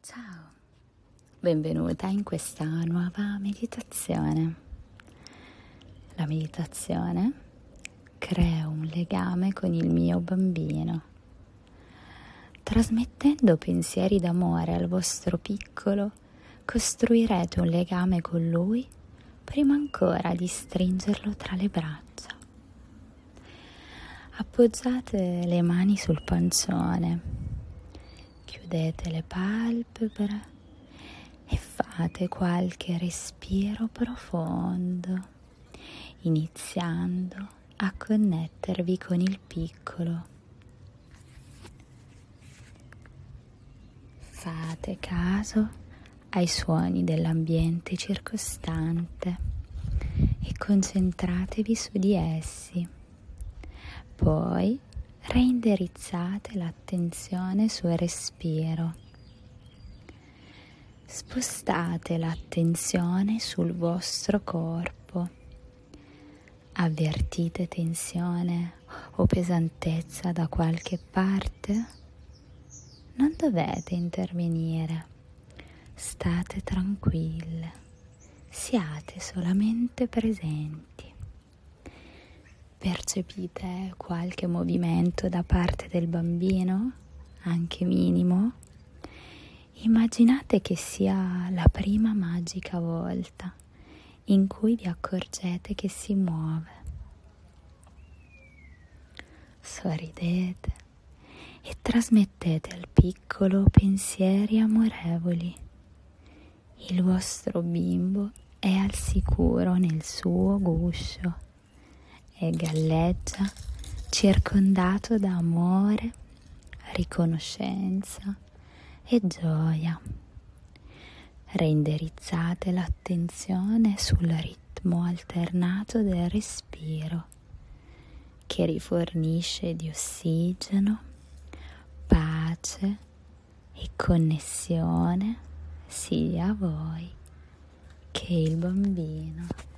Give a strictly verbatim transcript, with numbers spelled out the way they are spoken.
Ciao, benvenuta in questa nuova meditazione. La meditazione crea un legame con il mio bambino, trasmettendo pensieri d'amore al vostro piccolo. Costruirete un legame con lui prima ancora di stringerlo tra le braccia. Appoggiate le mani sul pancione, chiudete le palpebre e fate qualche respiro profondo, iniziando a connettervi con il piccolo. Fate caso ai suoni dell'ambiente circostante e concentratevi su di essi. Poi reindirizzate l'attenzione sul respiro. Spostate l'attenzione sul vostro corpo. Avvertite tensione o pesantezza da qualche parte? Non dovete intervenire. State tranquille. Siate solamente presenti. Percepite qualche movimento da parte del bambino, anche minimo? Immaginate che sia la prima magica volta in cui vi accorgete che si muove. Sorridete e trasmettete al piccolo pensieri amorevoli. Il vostro bimbo è al sicuro nel suo guscio e galleggia circondato da amore, riconoscenza e gioia. Reindirizzate l'attenzione sul ritmo alternato del respiro che rifornisce di ossigeno, pace e connessione sia a voi che il bambino.